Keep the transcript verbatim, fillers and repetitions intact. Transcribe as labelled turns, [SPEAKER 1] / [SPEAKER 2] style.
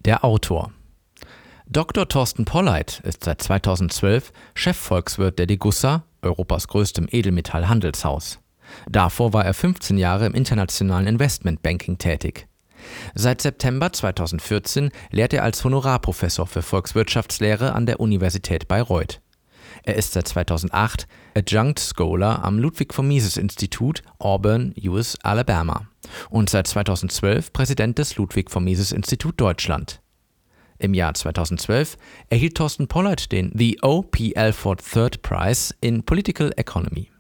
[SPEAKER 1] Der Autor. Doktor Thorsten Polleit ist seit zweitausendzwölf Chefvolkswirt der Degussa, Europas größtem Edelmetallhandelshaus. Davor war er fünfzehn Jahre im internationalen Investmentbanking tätig. Seit September zweitausendvierzehn lehrt er als Honorarprofessor für Volkswirtschaftslehre an der Universität Bayreuth. Er ist seit zweitausendacht Adjunct Scholar am Ludwig-von-Mises-Institut Auburn, U S Alabama und seit zweitausendzwölf Präsident des Ludwig-von-Mises-Institut Deutschland. Im Jahr zweitausendzwölf erhielt Thorsten Polleit den The O. P. Alford Third Prize in Political Economy.